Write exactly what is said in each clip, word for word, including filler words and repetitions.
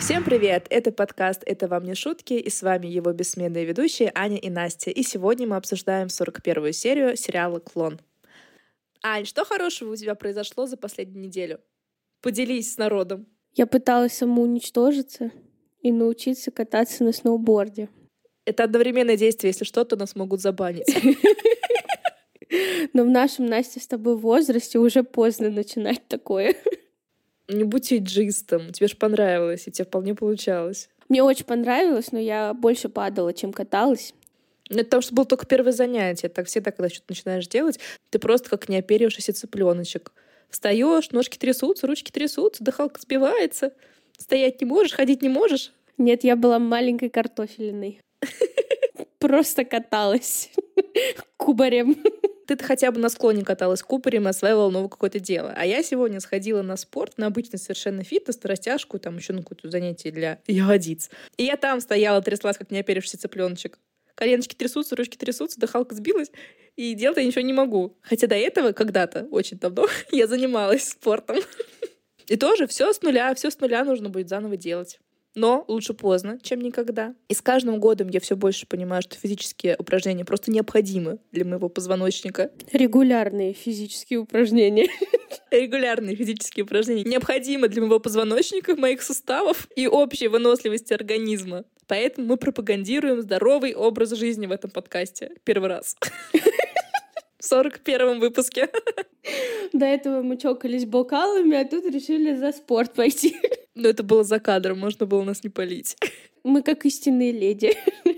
Всем привет! Это подкаст «Это вам не шутки», и с вами его бессменные ведущие Аня и Настя. И сегодня мы обсуждаем сорок первую серию сериала «Клон». Ань, что хорошего у тебя произошло за последнюю неделю? Поделись с народом. Я пыталась самоуничтожиться и научиться кататься на сноуборде. Это одновременное действие. Если что, то нас могут забанить. Но в нашем, Настя, с тобой возрасте уже поздно начинать такое. Не будь эйджистом. Тебе же понравилось, и тебе вполне получалось. Мне очень понравилось, но я больше падала, чем каталась. Ну, это потому что было только первое занятие. Так всегда, когда что-то начинаешь делать, ты просто как неоперившийся цыпленочек. Встаешь, ножки трясутся, ручки трясутся, дыхалка сбивается. Стоять не можешь, ходить не можешь. Нет, я была маленькой картофелиной. Просто каталась кубарем. Ты-то хотя бы на склоне каталась кубарем и осваивала новое какое-то дело. А я сегодня сходила на спорт, на обычный совершенно фитнес, на растяжку, там еще на какое-то занятие для ягодиц. И я там стояла, тряслась, как неоперившийся цыпленочек. Коленочки трясутся, ручки трясутся, дыхалка сбилась, и делать я ничего не могу. Хотя до этого когда-то, очень давно, я занималась спортом. И тоже все с нуля, все с нуля нужно будет заново делать. Но лучше поздно, чем никогда. И с каждым годом я все больше понимаю, что физические упражнения просто необходимы для моего позвоночника. Регулярные физические упражнения. Регулярные физические упражнения необходимы для моего позвоночника, моих суставов и общей выносливости организма. Поэтому мы пропагандируем здоровый образ жизни в этом подкасте. Первый раз. В сорок первом выпуске. До этого мы чокались бокалами, а тут решили за спорт пойти. Но это было за кадром, можно было нас не палить. Мы как истинные леди.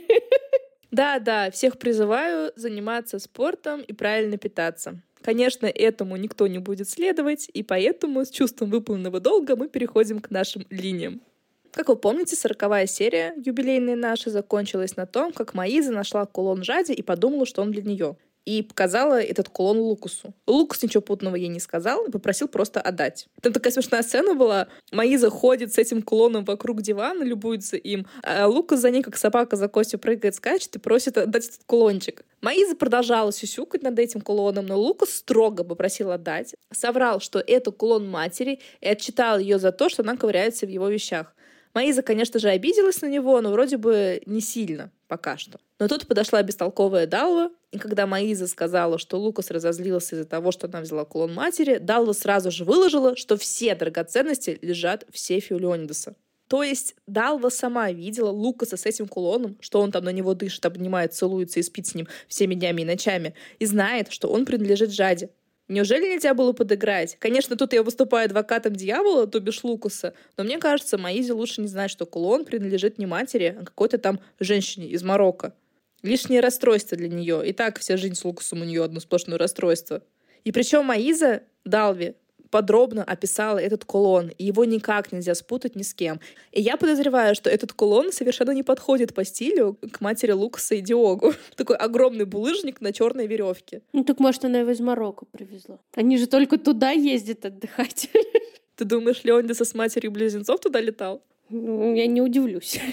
Да-да, всех призываю заниматься спортом и правильно питаться. Конечно, этому никто не будет следовать, и поэтому с чувством выполненного долга мы переходим к нашим линиям. Как вы помните, сороковая серия, юбилейная наша, закончилась на том, как Маиза нашла кулон Жади и подумала, что он для нее. И показала этот кулон Лукасу. Лукас ничего путного ей не сказал и попросил просто отдать. Там такая смешная сцена была. Маиза ходит с этим кулоном вокруг дивана, любуется им, а Лукас за ней, как собака за костью, прыгает, скачет и просит отдать этот кулончик. Маиза продолжала сюсюкать над этим кулоном, но Лукас строго попросил отдать. Соврал, что это кулон матери, и отчитал ее за то, что она ковыряется в его вещах. Маиза, конечно же, обиделась на него, но вроде бы не сильно пока что. Но тут подошла бестолковая Далва, и когда Маиза сказала, что Лукас разозлился из-за того, что она взяла кулон матери, Далва сразу же выложила, что все драгоценности лежат в сейфе у Леонидаса. То есть Далва сама видела Лукаса с этим кулоном, что он там на него дышит, обнимает, целуется и спит с ним всеми днями и ночами, и знает, что он принадлежит Жаде. Неужели нельзя было подыграть? Конечно, тут я выступаю адвокатом дьявола, то бишь Лукаса, но мне кажется, Маизе лучше не знать, что кулон принадлежит не матери, а какой-то там женщине из Марокко. Лишнее расстройство для нее. И так вся жизнь с Лукасом у нее одно сплошное расстройство. И причем Маиза Далви подробно описала этот кулон, и его никак нельзя спутать ни с кем. И я подозреваю, что этот кулон совершенно не подходит по стилю к матери Лукаса и Диогу. Такой огромный булыжник на черной веревке. Ну так может, она его из Марокко привезла. Они же только туда ездят отдыхать. Ты думаешь, Леонидас с матерью близнецов туда летал? Ну, я не удивлюсь.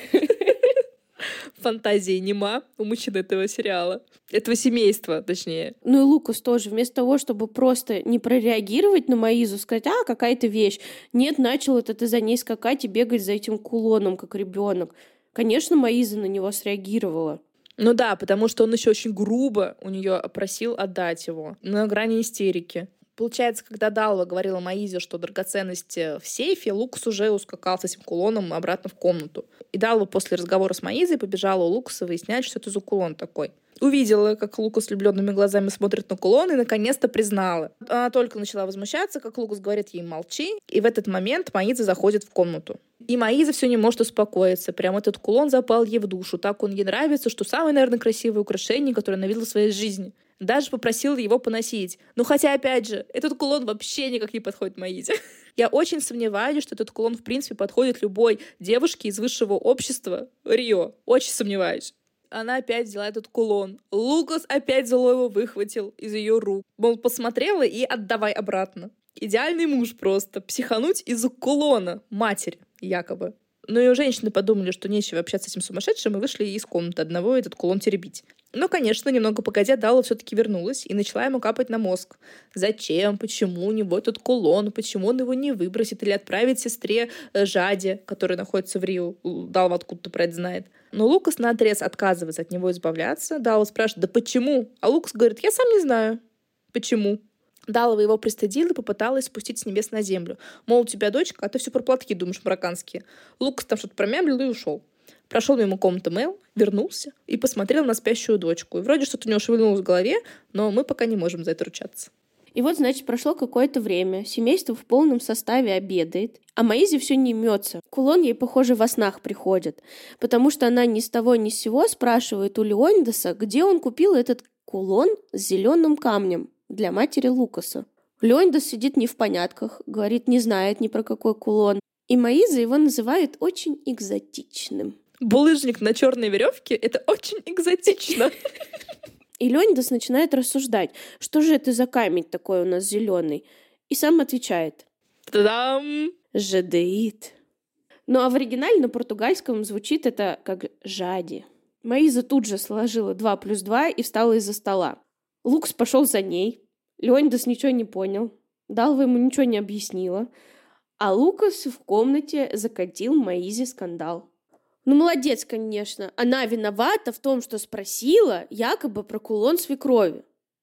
Фантазии нема у мужчин этого сериала. Этого семейства, точнее. Ну и Лукас тоже, вместо того, чтобы просто не прореагировать на Маизу, сказать, а, какая-то вещь. Нет, начал это ты за ней скакать и бегать за этим кулоном, как ребенок. Конечно, Маиза на него среагировала. Ну да, потому что он еще очень грубо у нее просил отдать его. На грани истерики. Получается, когда Далва говорила Маизе, что драгоценности в сейфе, Лукас уже ускакал с этим кулоном обратно в комнату. И Далва после разговора с Маизой побежала у Лукаса выяснять, что это за кулон такой. Увидела, как Лукас с влюбленными глазами смотрит на кулон, и наконец-то признала. Она только начала возмущаться, как Лукас говорит ей «молчи», и в этот момент Маиза заходит в комнату. И Маиза все не может успокоиться. Прям этот кулон запал ей в душу. Так он ей нравится, что самое, наверное, красивое украшение, которое она видела в своей жизни. Даже попросила его поносить. Ну хотя, опять же, этот кулон вообще никак не подходит Маизе. Я очень сомневаюсь, что этот кулон, в принципе, подходит любой девушке из высшего общества Рио. Очень сомневаюсь. Она опять взяла этот кулон. Лукас опять зло его выхватил из ее рук. Мол, посмотрела и отдавай обратно. Идеальный муж просто. Психануть из-за кулона матери, якобы. Ну и женщины подумали, что нечего общаться с этим сумасшедшим, и вышли из комнаты одного этот кулон теребить. Но, конечно, немного погодя, Дала все-таки вернулась и начала ему капать на мозг. Зачем, почему у него этот кулон, почему он его не выбросит или отправит сестре Жаде, которая находится в Рио. Дала откуда-то про это знает. Но Лукас наотрез отказывается от него избавляться. Дала спрашивает, да почему? А Лукас говорит, я сам не знаю. Почему? Далова его пристыдила и попыталась спустить с небес на землю. Мол, у тебя дочка, а ты все про платки думаешь марокканские. Лукас там что-то промямлил и ушел. Прошел мимо комнаты Мэл, вернулся и посмотрел на спящую дочку. И вроде что-то у него шевельнулось в голове, но мы пока не можем за это ручаться. И вот, значит, прошло какое-то время. Семейство в полном составе обедает, а Маизи все не имется. Кулон ей, похоже, во снах приходит, потому что она ни с того ни с сего спрашивает у Леонидаса, где он купил этот кулон с зеленым камнем для матери Лукаса. Леонидас сидит не в понятках, говорит, не знает ни про какой кулон. И Маиза его называет очень экзотичным. Булыжник на черной веревке — это очень экзотично. И Леонидас начинает рассуждать, что же это за камень такой у нас зеленый. И сам отвечает. Та-дам! Жадеид. Ну а в оригинале на португальском звучит это как жади. Маиза тут же сложила два плюс два и встала из-за стола. Лукас пошел за ней. Леонидас ничего не понял. Далва ему ничего не объяснила. А Лукас в комнате закатил Маизе скандал. Ну, молодец, конечно. Она виновата в том, что спросила якобы про кулон свекрови.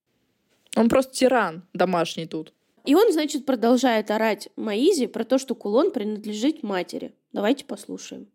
Он просто тиран домашний тут. И он, значит, продолжает орать Маизе про то, что кулон принадлежит матери. Давайте послушаем.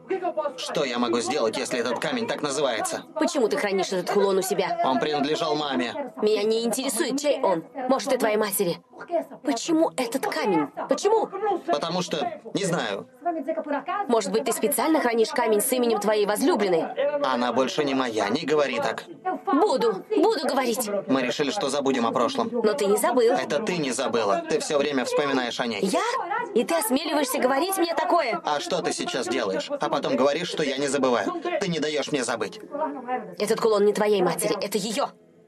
Что я могу сделать, если этот камень так называется? Почему ты хранишь этот кулон у себя? Он принадлежал маме. Меня не интересует, чей он. Может, и твоей матери. Почему этот камень? Почему? Потому что, не знаю, Может быть, ты специально хранишь камень с именем твоей возлюбленной? она больше не моя, не говори так. Буду, буду говорить. Мы решили, что забудем о прошлом. Но ты не забыл. Это ты не забыла. Ты все время вспоминаешь о ней. Я? И ты осмеливаешься говорить мне такое? А что ты сейчас делаешь? А потом говоришь, что я не забываю. Ты не даешь мне забыть. Этот кулон не твоей матери, это ее.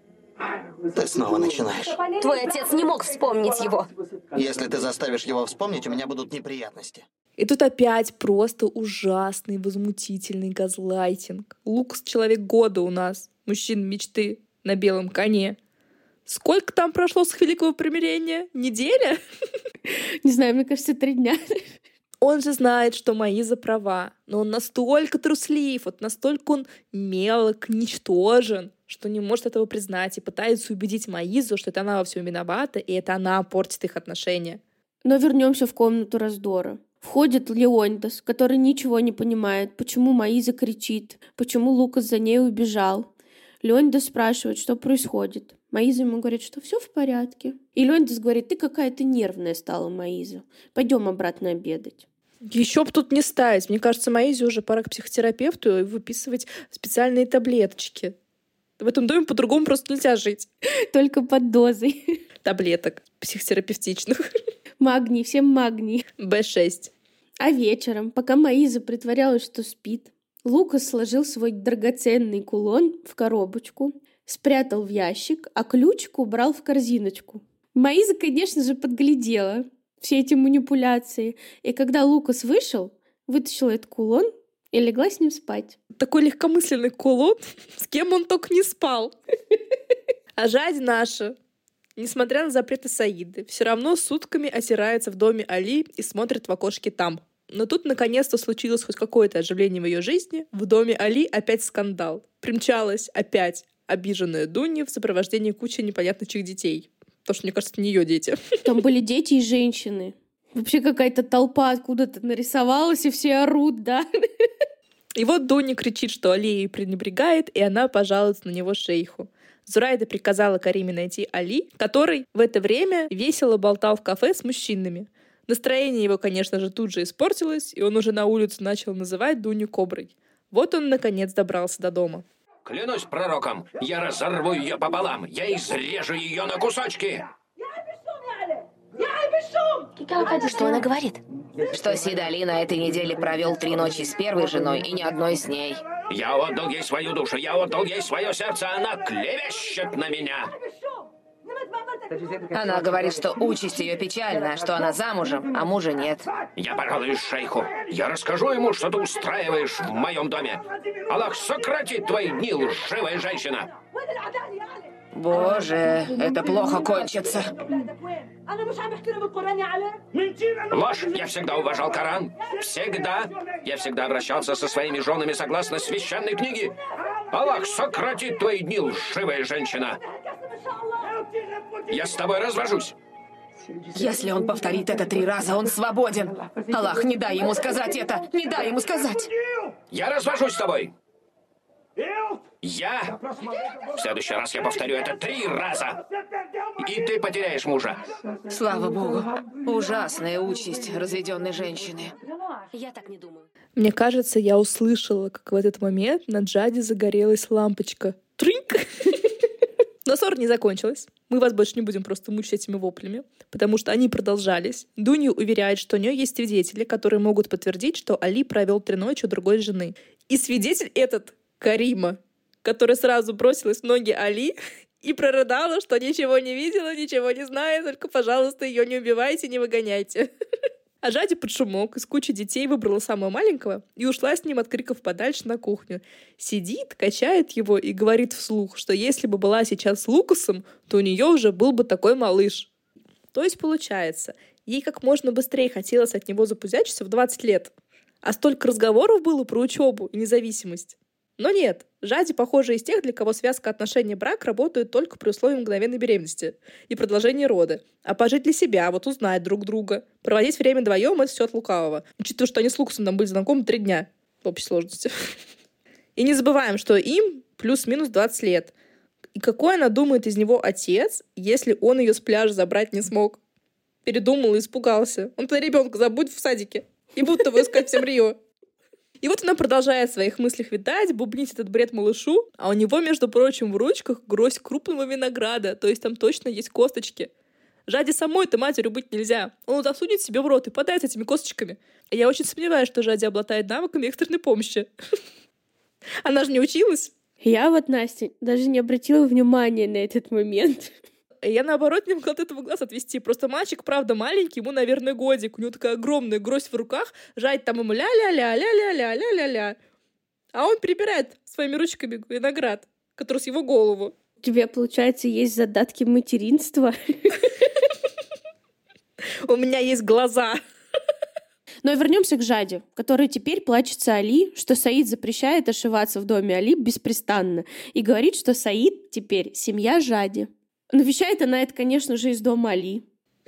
Ты снова начинаешь. Твой отец не мог вспомнить его. Если ты заставишь его вспомнить, у меня будут неприятности. И тут опять просто ужасный, возмутительный газлайтинг. Лукас — человек года у нас. Мужчина мечты на белом коне. Сколько там прошло с их великого примирения? Неделя? Не знаю, мне кажется, три дня. Он же знает, что Маиза права, но он настолько труслив, вот настолько он мелок, ничтожен, что не может этого признать и пытается убедить Маизу, что это она во всем виновата, и это она портит их отношения. Но вернемся в комнату раздора. Входит Леонидас, который ничего не понимает, почему Маиза кричит, почему Лукас за ней убежал. Леонидас спрашивает, что происходит. Маиза ему говорит, что все в порядке. И Леонидас говорит, ты какая-то нервная стала, Маиза. Пойдем обратно обедать. Еще бы тут не ставить. Мне кажется, Маизе уже пора к психотерапевту и выписывать специальные таблеточки. В этом доме по-другому просто нельзя жить. Только под дозой. Таблеток психотерапевтичных. Магний, всем магний. бэ шесть. А вечером, пока Маиза притворялась, что спит, Лукас сложил свой драгоценный кулон в коробочку, спрятал в ящик, а ключик убрал в корзиночку. Маиза, конечно же, подглядела все эти манипуляции. И когда Лукас вышел, вытащила этот кулон и легла с ним спать. Такой легкомысленный кулон, с кем он только не спал. А Жади наша, несмотря на запреты Саиды, все равно сутками отирается в доме Али и смотрит в окошке там. Но тут наконец-то случилось хоть какое-то оживление в ее жизни. В доме Али опять скандал. Примчалась опять обиженная Дуня в сопровождении кучи непонятных детей. Потому что, мне кажется, это не ее дети. Там были дети и женщины. Вообще какая-то толпа откуда-то нарисовалась, и все орут, да? И вот Дуня кричит, что Али ей пренебрегает, и она пожалуется на него шейху. Зурайда приказала Кариме найти Али, который в это время весело болтал в кафе с мужчинами. Настроение его, конечно же, тут же испортилось, и он уже на улицу начал называть Дуню коброй. Вот он, наконец, добрался до дома. Клянусь пророком, я разорву ее пополам, я изрежу ее на кусочки. Что она говорит? Что Сидали на этой неделе провел три ночи с первой женой и ни одной с ней. Я отдал ей свою душу, я отдал ей свое сердце, она клевещет на меня. Она говорит, что участь ее печальна, что она замужем, а мужа нет. Я пожалуюсь шейху. Я расскажу ему, что ты устраиваешь в моем доме. Аллах сократит твои дни, лживая женщина. Боже, это плохо кончится. Ложь. Я всегда уважал Коран. Всегда. Я всегда обращался со своими женами согласно священной книге. Аллах сократит твои дни, лживая женщина. Я с тобой развожусь. Если он повторит это три раза, он свободен. Аллах, не дай ему сказать это. Не дай ему сказать. Я развожусь с тобой. Я? В следующий раз я повторю это три раза. И ты потеряешь мужа. Слава Богу. Ужасная участь разведенной женщины. Я так не думаю. Мне кажется, я услышала, как в этот момент на Джаде загорелась лампочка. Тринк! Но ссора не закончилась. Мы вас больше не будем просто мучить этими воплями, потому что они продолжались. Дуня уверяет, что у нее есть свидетели, которые могут подтвердить, что Али провел три ночи у другой жены. И свидетель этот — Карима, которая сразу бросилась в ноги Али и прорыдала, что ничего не видела, ничего не знает, только, пожалуйста, ее не убивайте, не выгоняйте. А Жади под шумок из кучи детей выбрала самого маленького и ушла с ним от криков подальше на кухню. Сидит, качает его и говорит вслух, что если бы была сейчас с Лукасом, то у нее уже был бы такой малыш. То есть, получается, ей как можно быстрее хотелось от него запузячиться в двадцать лет. А столько разговоров было про учебу и независимость. Но нет, Жади, похоже, из тех, для кого связка отношений брак работает только при условии мгновенной беременности и продолжения рода. А пожить для себя, вот узнать друг друга, проводить время вдвоем — это все от лукавого. Учитывая, что они с Лукасом там были знакомы три дня в общей сложности. И не забываем, что им плюс-минус двадцать лет. И какой она думает из него отец, если он ее с пляжа забрать не смог? Передумал и испугался. Он-то ребенка забудет в садике. И будут его искать всем Рио. И вот она продолжает в своих мыслях витать, бубнить этот бред малышу, а у него, между прочим, в ручках гроздь крупного винограда, то есть там точно есть косточки. Жади самой-то матерью быть нельзя. Он засунет себе в рот и подает этими косточками. И я очень сомневаюсь, что Жади обладает навыками экстренной помощи. Она же не училась. Я вот, Настя, даже не обратила внимания на этот момент. Я, наоборот, не могла от этого глаз отвести. Просто мальчик, правда, маленький, ему, наверное, годик. У него такая огромная гроздь в руках. Жать там ему ля-ля-ля-ля-ля-ля-ля-ля-ля. А он перебирает своими ручками виноград, который с его голову. У тебя, получается, есть задатки материнства. У меня есть глаза. Но вернемся к Жаде, которая теперь плачется Али, что Саид запрещает ошиваться в доме Али беспрестанно. И говорит, что Саид теперь семья Жади. Навещает она это, конечно же, из дома Али.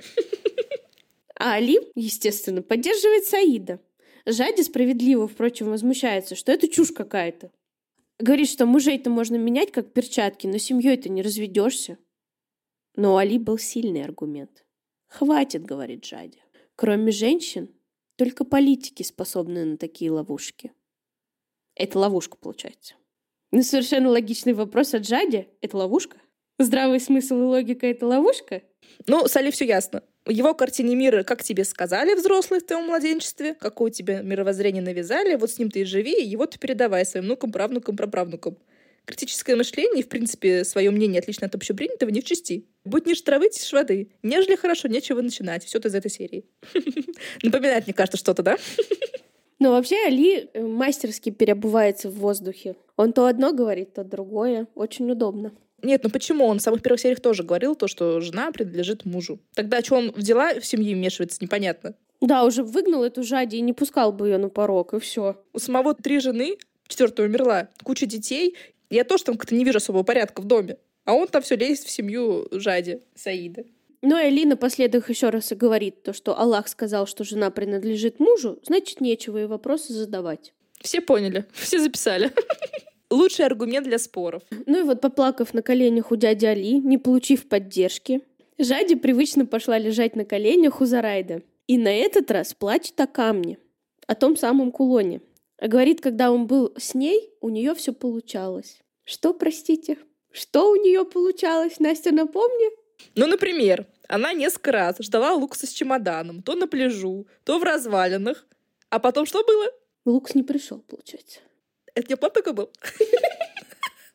А Али, естественно, поддерживает Саида. Жади справедливо, впрочем, возмущается, что это чушь какая-то. Говорит, что мужей-то можно менять, как перчатки, но семьей-то не разведешься. Но у Али был сильный аргумент. «Хватит», — говорит Жади. «Кроме женщин, только политики способны на такие ловушки». Это ловушка, получается. Ну, совершенно логичный вопрос от Жади. Это ловушка? Здравый смысл и логика — это ловушка? Ну, с Али все ясно. В его картине мира, как тебе сказали, взрослые в твоем младенчестве, какое тебе мировоззрение навязали, вот с ним ты и живи, и его ты передавай своим внукам, правнукам, праправнукам. Критическое мышление, в принципе, свое мнение отлично от общепринятого, не в чести. Будь ниже травы, тише воды. Нежели хорошо, нечего начинать. Все это из этой серии. Напоминает, мне кажется, что-то, да? Но вообще Али мастерски переобувается в воздухе. Он то одно говорит, то другое. Очень удобно. Нет, ну почему? Он в самых первых сериях тоже говорил то, что жена принадлежит мужу. Тогда что он в дела в семье вмешивается, непонятно. Да, уже выгнал эту Жади и не пускал бы ее на порог, и все. У самого три жены, четвертая умерла, куча детей. Я тоже там как-то не вижу особого порядка в доме. А он там все лезет в семью Жади, Саида. Ну и Али напоследок еще раз и говорит то, что Аллах сказал, что жена принадлежит мужу, значит, нечего и вопросы задавать. Все поняли, все записали. Лучший аргумент для споров. Ну и вот, поплакав на коленях у дяди Али, не получив поддержки, Жади привычно пошла лежать на коленях у Зарайда. И на этот раз плачет о камне, о том самом кулоне. А говорит, когда он был с ней, у нее все получалось. Что, простите? Что у нее получалось? Настя, напомни. Ну, например, она несколько раз ждала Лукаса с чемоданом. То на пляжу, то в развалинах. А потом что было? Лукас не пришел, получается. Это не план такой был?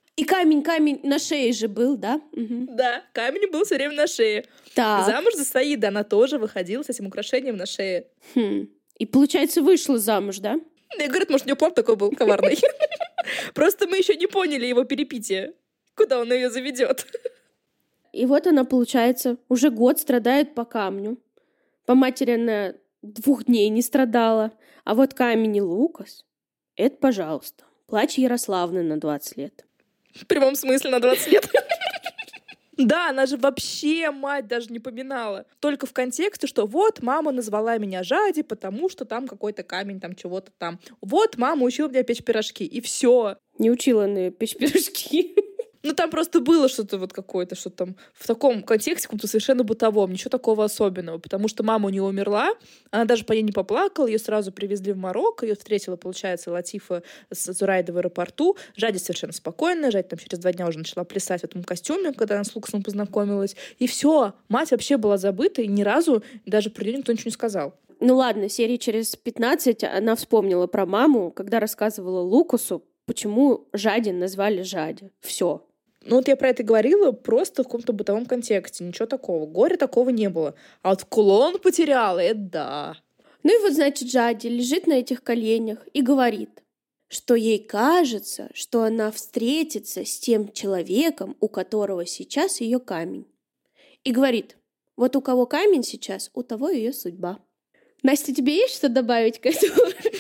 И камень, камень на шее же был, да? Угу. Да, камень был все время на шее. Так. Замуж за Саида она тоже выходила с этим украшением на шее. Хм. И, получается, вышла замуж, да? Я говорю, может, у нее план такой был коварный. Просто мы еще не поняли его перепитие. Куда он ее заведет? И вот она, получается, уже год страдает по камню. По матери она двух дней не страдала. А вот камень и Лукас — это, пожалуйста, плач Ярославны на двадцать лет. В прямом смысле на двадцать лет. Да, она же вообще мать даже не поминала. Только в контексте, что вот мама назвала меня Жади, потому что там какой-то камень, там чего-то там. Вот мама учила меня печь пирожки, и все. Не учила она печь пирожки. Ну, там просто было что-то вот какое-то, что там в таком контексте, каком-то совершенно бытовом, ничего такого особенного, потому что мама у нее умерла, она даже по ней не поплакала, ее сразу привезли в Марокко, ее встретила, получается, Латифа с Зурайдой в аэропорту. Жади совершенно спокойная, Жади там через два дня уже начала плясать в этом костюме, когда она с Лукасом познакомилась, и все, мать вообще была забыта, и ни разу даже про нее никто ничего не сказал. Ну ладно, серии через пятнадцать она вспомнила про маму, когда рассказывала Лукасу, почему Жади назвали Жади. Все. Ну вот я про это говорила просто в каком-то бытовом контексте. Ничего такого. Горя такого не было. А вот кулон потеряла, это да. Ну и вот, значит, Жади лежит на этих коленях и говорит, что ей кажется, что она встретится с тем человеком, у которого сейчас ее камень. И говорит, вот у кого камень сейчас, у того ее судьба. Настя, тебе есть что добавить к этому?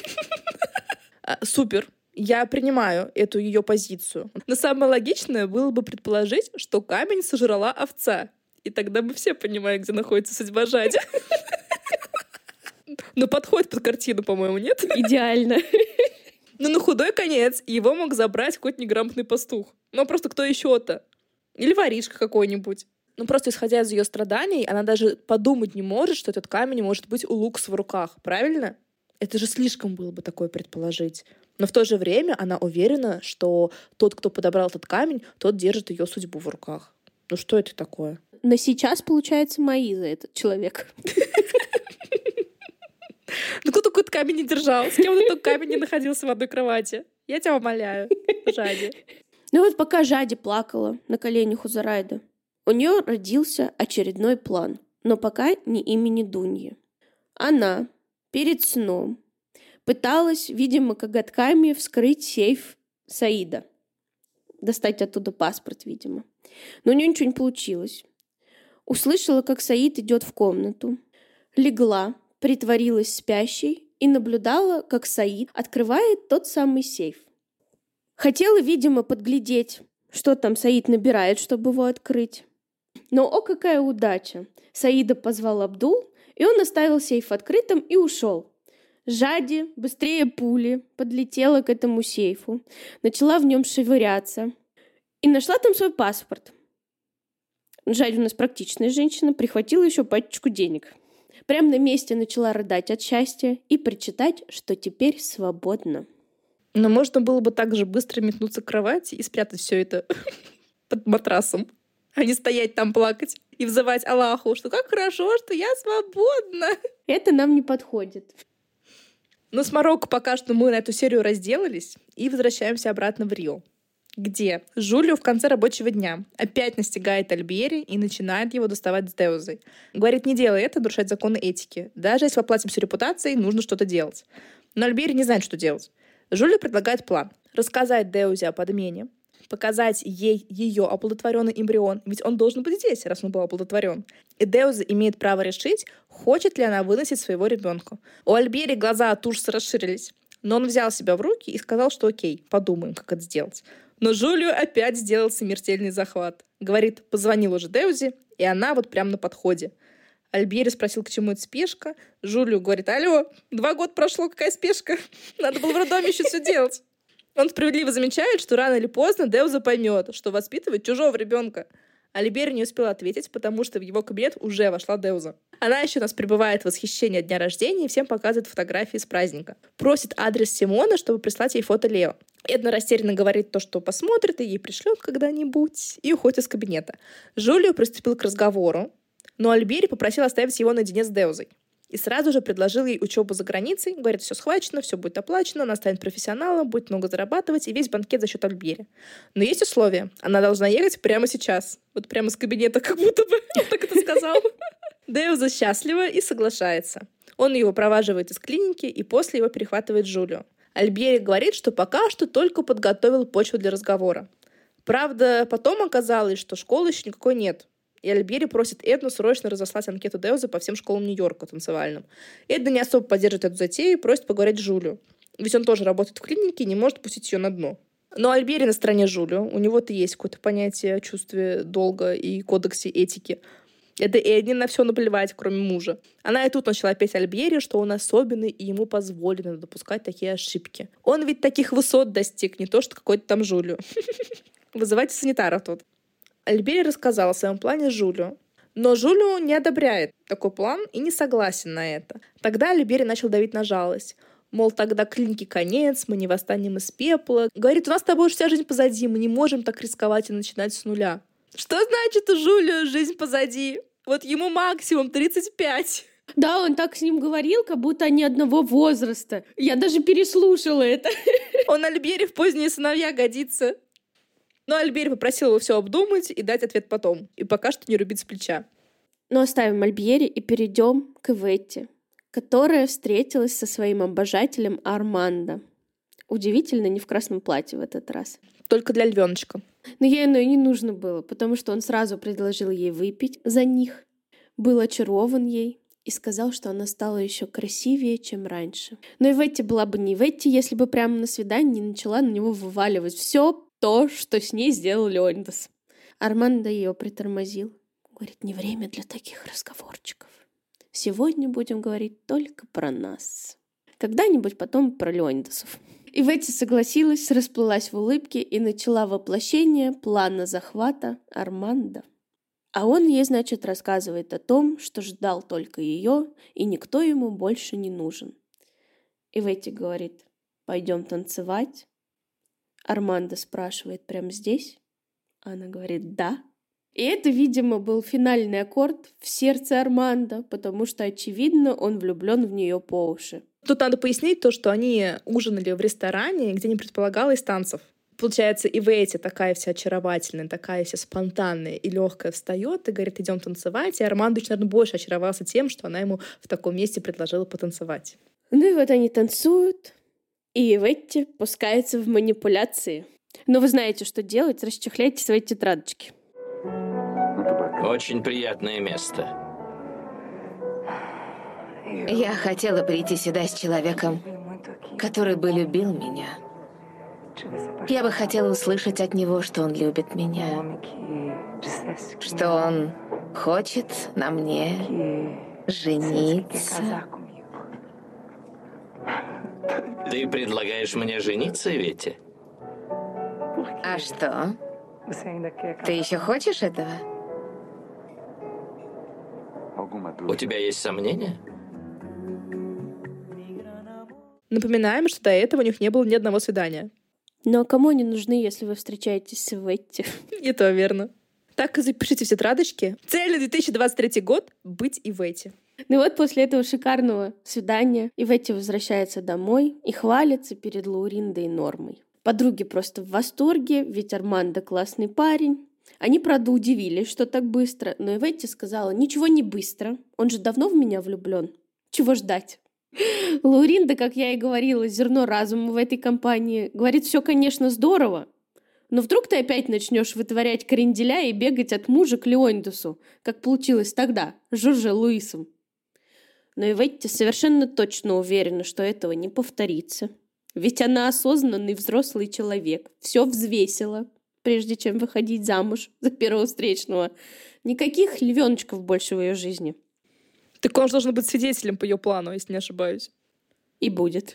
Супер. Я принимаю эту ее позицию. Но самое логичное было бы предположить, что камень сожрала овца. И тогда мы все понимаем, где находится судьба Жади. Ну, подходит под картину, по-моему, нет? Идеально. Ну, на худой конец его мог забрать какой-то неграмотный пастух. Ну, просто кто еще-то? Или воришка какой-нибудь. Ну, просто исходя из ее страданий, она даже подумать не может, что этот камень может быть у Лукаса в руках. Правильно? Это же слишком было бы такое предположить. Но в то же время она уверена, что тот, кто подобрал этот камень, тот держит ее судьбу в руках. Ну что это такое? Но сейчас, получается, Маиза этот человек. Ну кто такой камень не держал? С кем этот камень не находился в одной кровати? Я тебя умоляю, Жади. Ну вот пока Жади плакала на коленях у Зурайды, у нее родился очередной план, но пока не имени Дуньи. Она перед сном пыталась, видимо, коготками вскрыть сейф Саида. Достать оттуда паспорт, видимо. Но у нее ничего не получилось. Услышала, как Саид идет в комнату. Легла, притворилась спящей и наблюдала, как Саид открывает тот самый сейф. Хотела, видимо, подглядеть, что там Саид набирает, чтобы его открыть. Но, о, какая удача! Саида позвал Абдул, и он оставил сейф открытым и ушел. Жади, быстрее пули, подлетела к этому сейфу, начала в нем шевыряться и нашла там свой паспорт. Жади у нас практичная женщина, прихватила еще пачечку денег. Прямо на месте начала рыдать от счастья и причитать, что теперь свободна. Но можно было бы также быстро метнуться к кровати и спрятать все это под матрасом, а не стоять там плакать и взывать Аллаху, что как хорошо, что я свободна. Это нам не подходит. Но с Марокко пока что мы на эту серию разделались и возвращаемся обратно в Рио, где Жулио в конце рабочего дня опять настигает Альбери и начинает его доставать с Деузой. Говорит, не делай это, нарушать законы этики. Даже если поплатимся репутацией, нужно что-то делать. Но Альбери не знает, что делать. Жулио предлагает план. Рассказать Деузе о подмене, показать ей ее оплодотворенный эмбрион, ведь он должен быть здесь, раз он был оплодотворен. И Деуза имеет право решить, хочет ли она выносить своего ребенка. У Альбери глаза от ужаса расширились, но он взял себя в руки и сказал, что окей, подумаем, как это сделать. Но Жулио опять сделал смертельный захват. Говорит, позвонил уже Деузе, и она вот прям на подходе. Альбери спросил, к чему эта спешка. Жулио говорит, алло, два года прошло, какая спешка? Надо было в роддоме еще все делать. Он справедливо замечает, что рано или поздно Деуза поймет, что воспитывает чужого ребенка. Альбери не успела ответить, потому что в его кабинет уже вошла Деуза. Она еще у нас пребывает в восхищении от дня рождения и всем показывает фотографии с праздника. Просит адрес Симона, чтобы прислать ей фото Лео. Эдна растерянно говорит то, что посмотрит и ей пришлет когда-нибудь, и уходит из кабинета. Жулио приступил к разговору, но Альбери попросил оставить его наедине с Деузой. И сразу же предложил ей учебу за границей. Говорит, все схвачено, все будет оплачено, она станет профессионалом, будет много зарабатывать, и весь банкет за счет Альбери. Но есть условия. Она должна ехать прямо сейчас. Вот прямо с кабинета, как будто бы он так это сказал. Деуза счастлива и соглашается. Он ее выпроваживает из клиники, и после его перехватывает Жулио. Альбери говорит, что пока что только подготовил почву для разговора. Правда, потом оказалось, что школы еще никакой нет. И Альбери просит Эдну срочно разослать анкету Деуза по всем школам Нью-Йорка танцевальным. Эдна не особо поддерживает эту затею и просит поговорить с Жулио. Ведь он тоже работает в клинике и не может пустить ее на дно. Но Альбери на стороне Жулио. У него-то есть какое-то понятие о чувстве долга и кодексе этики. Это Эдне на все наплевать, кроме мужа. Она и тут начала петь Альбери, что он особенный, и ему позволено допускать такие ошибки. Он ведь таких высот достиг, не то что какой-то там Жулио. Вызывайте санитаров тут. Альбери рассказал о своем плане Жулио. Но Жулио не одобряет такой план и не согласен на это. Тогда Альбери начал давить на жалость. Мол, тогда клинике конец, мы не восстанем из пепла. Говорит, у нас с тобой уже вся жизнь позади, мы не можем так рисковать и начинать с нуля. Что значит у Жулио жизнь позади? Вот ему максимум тридцать пять. Да, он так с ним говорил, как будто они одного возраста. Я даже переслушала это. Он Альбери в поздние сыновья годится. Но Альбери попросил его все обдумать и дать ответ потом. И пока что не рубить с плеча. Но оставим Альбери и перейдем к Иветте, которая встретилась со своим обожателем Армандо. Удивительно, не в красном платье в этот раз. Только для львеночка. Но ей оно и не нужно было, потому что он сразу предложил ей выпить за них, был очарован ей и сказал, что она стала еще красивее, чем раньше. Но Иветте была бы не Иветте, если бы прямо на свидании не начала на него вываливать все то, что с ней сделал Леонидас. Армандо ее притормозил. Говорит, не время для таких разговорчиков. Сегодня будем говорить только про нас. Когда-нибудь потом про Леонидасов. Иветте согласилась, расплылась в улыбке и начала воплощение плана захвата Армандо. А он ей, значит, рассказывает о том, что ждал только ее, и никто ему больше не нужен. Иветте говорит, пойдем танцевать. Армандо спрашивает, прямо здесь? Она говорит, да. И это, видимо, был финальный аккорд в сердце Армандо, потому что, очевидно, он влюблен в нее по уши. Тут надо пояснить то, что они ужинали в ресторане, где не предполагалось танцев. Получается, Иветте такая вся очаровательная, такая вся спонтанная и легкая встает и говорит, идем танцевать. И Армандо, наверное, больше очаровался тем, что она ему в таком месте предложила потанцевать. Ну и вот они танцуют, и Иветте пускается в манипуляции. Но вы знаете, что делать, расчехляйте свои тетрадочки. Очень приятное место. Я хотела прийти сюда с человеком, который бы любил меня. Я бы хотела услышать от него, что он любит меня, что он хочет на мне жениться. Ты предлагаешь мне жениться, Иветте? А что? Ты еще хочешь этого? У тебя есть сомнения? Напоминаем, что до этого у них не было ни одного свидания. Но кому они нужны, если вы встречаетесь с Иветте? И то верно. Так и запишите в тетрадочки. Цель на две тысячи двадцать третий год — быть Иветте. Ну вот после этого шикарного свидания Иветте возвращается домой и хвалится перед Лауриндой и Нормой. Подруги просто в восторге, ведь Армандо классный парень. Они, правда, удивились, что так быстро, но Иветте сказала, ничего не быстро, он же давно в меня влюблен. Чего ждать? Лауринда, как я и говорила, зерно разума в этой компании. Говорит, все, конечно, здорово, но вдруг ты опять начнешь вытворять кренделя и бегать от мужа к Леонидасу, как получилось тогда, с Жорже Луисом. Но Иветте совершенно точно уверена, что этого не повторится. Ведь она осознанный взрослый человек, все взвесила, прежде чем выходить замуж за первого встречного. Никаких львеночков больше в ее жизни. Так он же должен быть свидетелем по ее плану, если не ошибаюсь. И будет.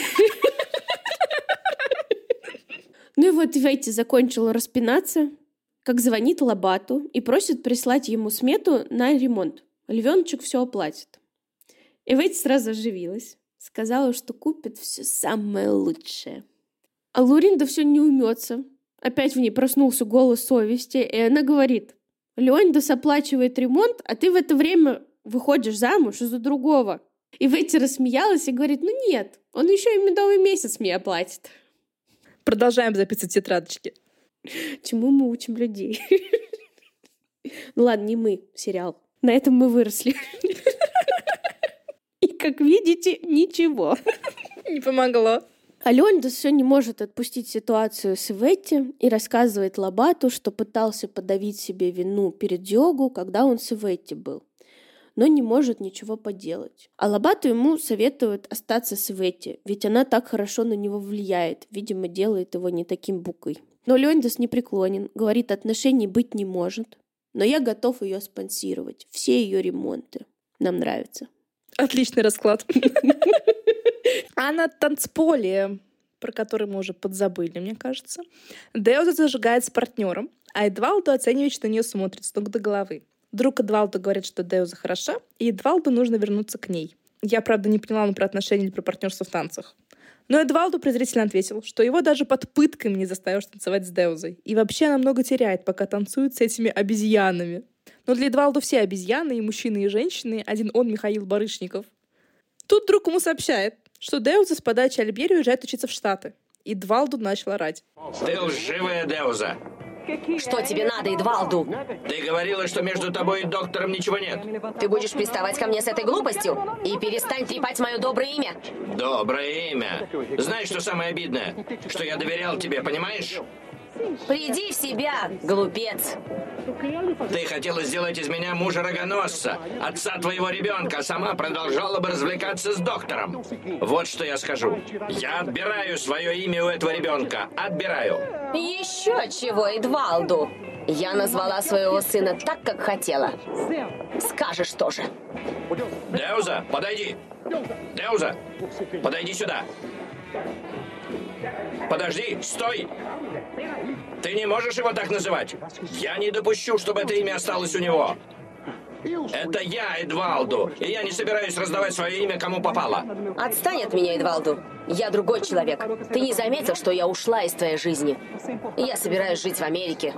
Ну и вот Иветте закончила распинаться, как звонит Лабату и просит прислать ему смету на ремонт. Львеночек все оплатит. Иветте сразу оживилась, сказала, что купит все самое лучшее. А Лауринда все не уймется. Опять в ней проснулся голос совести, и она говорит, Леонидас оплачивает ремонт, а ты в это время выходишь замуж за другого. И Ветти рассмеялась и говорит, ну нет, он еще и медовый месяц мне оплатит. Продолжаем записывать тетрадочки. Чему мы учим людей? Ну ладно, не мы, сериал. На этом мы выросли. И, как видите, ничего. Не помогло. А Леонидас все не может отпустить ситуацию с Иветти и рассказывает Лобату, что пытался подавить себе вину перед Диогу, когда он с Иветти был, но не может ничего поделать. А Лобату ему советуют остаться с Иветти, ведь она так хорошо на него влияет, видимо, делает его не таким букой. Но Леонидас не преклонен, говорит, отношений быть не может, но я готов ее спонсировать, все ее ремонты. Нам нравится. Отличный расклад. А на танцполе, про который мы уже подзабыли, мне кажется, Деуза зажигает с партнером, а Эдвалдо оценивающе на нее смотрит с ног до головы. Друг Эдвалдо говорит, что Деуза хороша, и Эдвалдо нужно вернуться к ней. Я, правда, не поняла, он про отношения или про партнерство в танцах. Но Эдвалдо презрительно ответил, что его даже под пытками не заставишь танцевать с Деузой. И вообще она много теряет, пока танцует с этими обезьянами. Но для Эдвалдо все обезьяны, и мужчины, и женщины. Один он, Михаил Барышников. Тут друг ему сообщает, что Деуза с подачи Альбери уезжает учиться в Штаты. И Эдвалдо начал орать. Ты лживая, Деуза. Что тебе надо, Эдвалду? Ты говорила, что между тобой и доктором ничего нет. Ты будешь приставать ко мне с этой глупостью? И перестань трепать мое доброе имя. Доброе имя. Знаешь, что самое обидное? Что я доверял тебе, понимаешь? Приди в себя, глупец. Ты хотела сделать из меня мужа-рогоносца, отца твоего ребенка, а сама продолжала бы развлекаться с доктором. Вот что я скажу. Я отбираю свое имя у этого ребенка. Отбираю. Еще чего, Эдвалду? Я назвала своего сына так, как хотела. Скажешь тоже. Деуза, подойди. Деуза, подойди сюда. Подожди, стой! Ты не можешь его так называть. Я не допущу, чтобы это имя осталось у него. Это я, Эдвалду, и я не собираюсь раздавать свое имя кому попало. Отстань от меня, Эдвалду. Я другой человек. Ты не заметил, что я ушла из твоей жизни? Я собираюсь жить в Америке.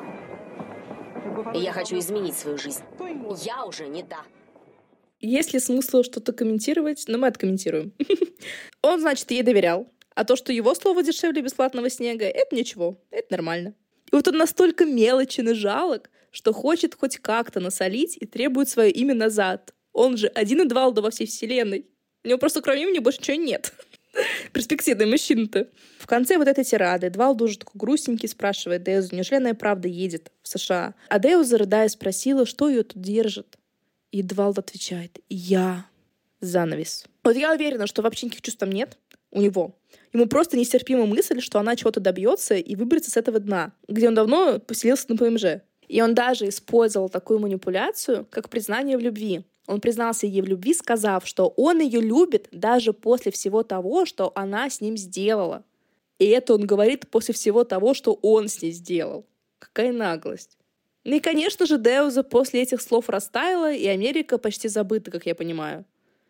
И я хочу изменить свою жизнь. Я уже не та. Есть ли смысл что-то комментировать? Но мы откомментируем. Он, значит, ей доверял. А то, что его слово дешевле бесплатного снега, это ничего, это нормально. И вот он настолько мелочен и жалок, что хочет хоть как-то насолить и требует свое имя назад. Он же один Эдвалдо во всей вселенной. У него просто кроме имени больше ничего нет. Перспективный мужчина-то. В конце вот этой тирады Эдвалдо уже такой грустненький спрашивает Деузу, неужели она и правда едет в США. А Деуза, рыдая, спросила, что ее тут держит. И Эдвалдо отвечает, я. Занавес. Вот я уверена, что вообще никаких чувств там нет у него. Ему просто нестерпима мысль, что она чего-то добьется и выберется с этого дна, где он давно поселился на ПМЖ. И он даже использовал такую манипуляцию, как признание в любви. Он признался ей в любви, сказав, что он ее любит даже после всего того, что она с ним сделала. И это он говорит после всего того, что он с ней сделал. Какая наглость. Ну и, конечно же, Деуза после этих слов растаяла, и Америка почти забыта, как я понимаю.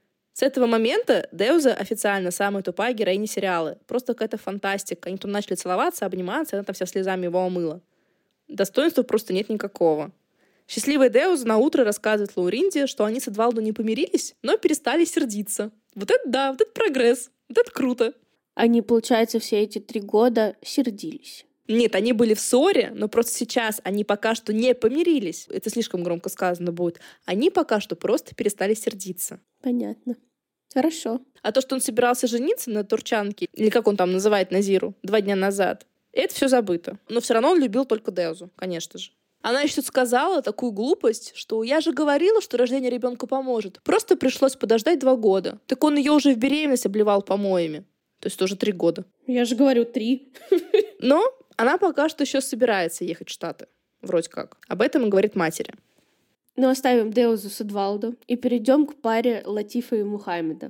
С этого момента Деуза официально самая тупая героиня сериала. Просто какая-то фантастика. Они тут начали целоваться, обниматься, и она там вся слезами его омыла. Достоинства просто нет никакого. Счастливая Деуза наутро рассказывает Лауринде, что они с Эдвалдо не помирились, но перестали сердиться. Вот это да, вот это прогресс. Вот это круто. Они, получается, все эти три года сердились. Нет, они были в ссоре, но просто сейчас они пока что не помирились. Это слишком громко сказано будет. Они пока что просто перестали сердиться. Понятно. Хорошо. А то, что он собирался жениться на турчанке, или как он там называет Назиру, два дня назад, это все забыто. Но все равно он любил только Деузу, конечно же. Она еще тут сказала такую глупость, что я же говорила, что рождение ребенка поможет. Просто пришлось подождать два года. Так он ее уже в беременность обливал помоями. То есть тоже три года. Я же говорю, три. Но она пока что еще собирается ехать в Штаты. Вроде как. Об этом и говорит матери. Но оставим Деузу с Эдвалдо и перейдем к паре Латифа и Мухаммеда.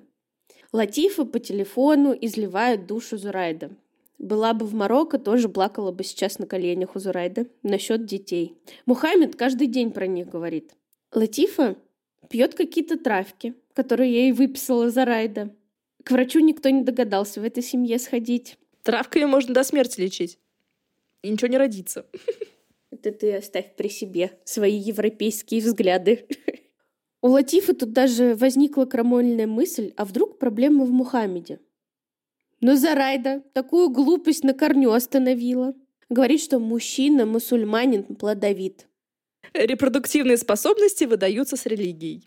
Латифа по телефону изливает душу Зурайда. Была бы в Марокко, тоже плакала бы сейчас на коленях у Зурайда насчет детей. Мухаммед каждый день про них говорит. Латифа пьет какие-то травки, которые ей выписала Зурайда. К врачу никто не догадался в этой семье сходить. Травками можно до смерти лечить. И ничего не родится. Это ты оставь при себе свои европейские взгляды. У Латифа тут даже возникла крамольная мысль, а вдруг проблема в Мухаммеде? Но Зурайда такую глупость на корню остановила. Говорит, что мужчина, мусульманин, плодовит. Репродуктивные способности выдаются с религией.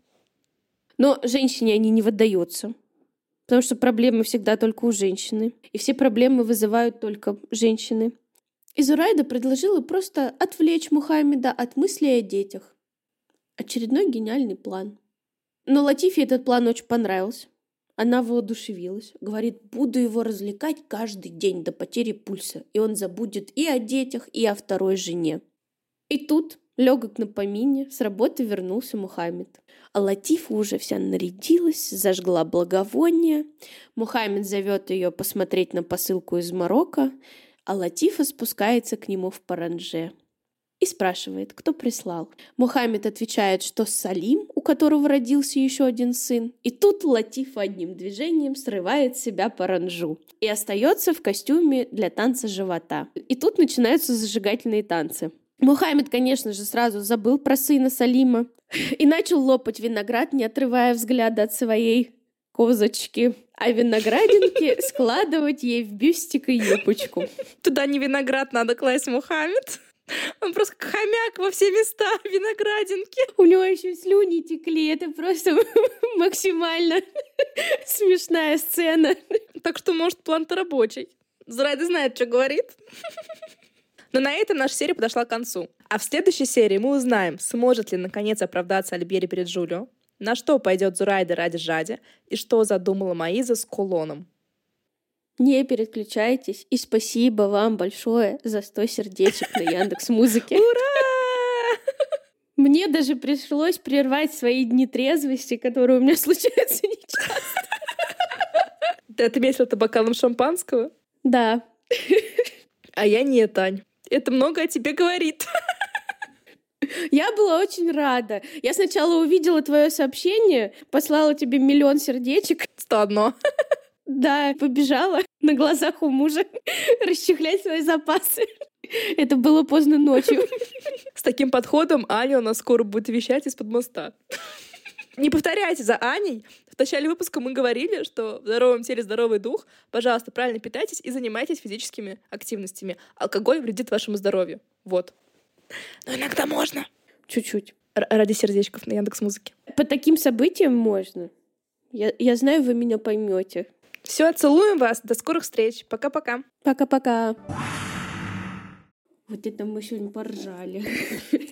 Но женщине они не выдаются. Потому что проблемы всегда только у женщины. И все проблемы вызывают только женщины. И Зурайда предложила просто отвлечь Мухаммеда от мыслей о детях. Очередной гениальный план. Но Латифе этот план очень понравился. Она воодушевилась. Говорит, буду его развлекать каждый день до потери пульса. И он забудет и о детях, и о второй жене. И тут, легок на помине, с работы вернулся Мухаммед. А Латифа уже вся нарядилась, зажгла благовоние. Мухаммед зовет ее посмотреть на посылку из Марокко, а Латифа спускается к нему в паранже и спрашивает, кто прислал. Мухаммед отвечает, что Салим, у которого родился еще один сын. И тут Латифа одним движением срывает с себя паранжу и остается в костюме для танца живота. И тут начинаются зажигательные танцы. Мухаммед, конечно же, сразу забыл про сына Салима и начал лопать виноград, не отрывая взгляда от своей козочки, а виноградинки складывать ей в бюстик и юбочку. Туда не виноград надо класть, Мухаммед. Он просто как хомяк во все места виноградинки. У него еще слюни текли. Это просто максимально смешная сцена. Так что, может, план-то рабочий. Зурайда знает, что говорит. Но на этом наша серия подошла к концу. А в следующей серии мы узнаем, сможет ли наконец оправдаться Альбери перед Джулио, на что пойдет Зурайда ради Жади и что задумала Маиза с кулоном. Не переключайтесь. И спасибо вам большое за сто сердечек на Яндекс.Музыке. Ура! Мне даже пришлось прервать свои дни трезвости, которые у меня случаются нечасто. Ты отметила это бокалом шампанского? Да. А я нет, Ань. Это много о тебе говорит. Я была очень рада. Я сначала увидела твое сообщение, послала тебе миллион сердечек. сто одно. Да, побежала на глазах у мужа расчехлять свои запасы. Это было поздно ночью. С таким подходом Аня у нас скоро будет вещать из-под моста. Не повторяйте за Аней. В начале выпуска мы говорили, что в здоровом теле здоровый дух. Пожалуйста, правильно питайтесь и занимайтесь физическими активностями. Алкоголь вредит вашему здоровью. Вот. Но иногда можно. Чуть-чуть. Р- ради сердечков на Яндекс.Музыке. По таким событиям можно. Я, я знаю, вы меня поймете. Все, целуем вас. До скорых встреч. Пока-пока. Пока-пока. Вот это мы сегодня поржали.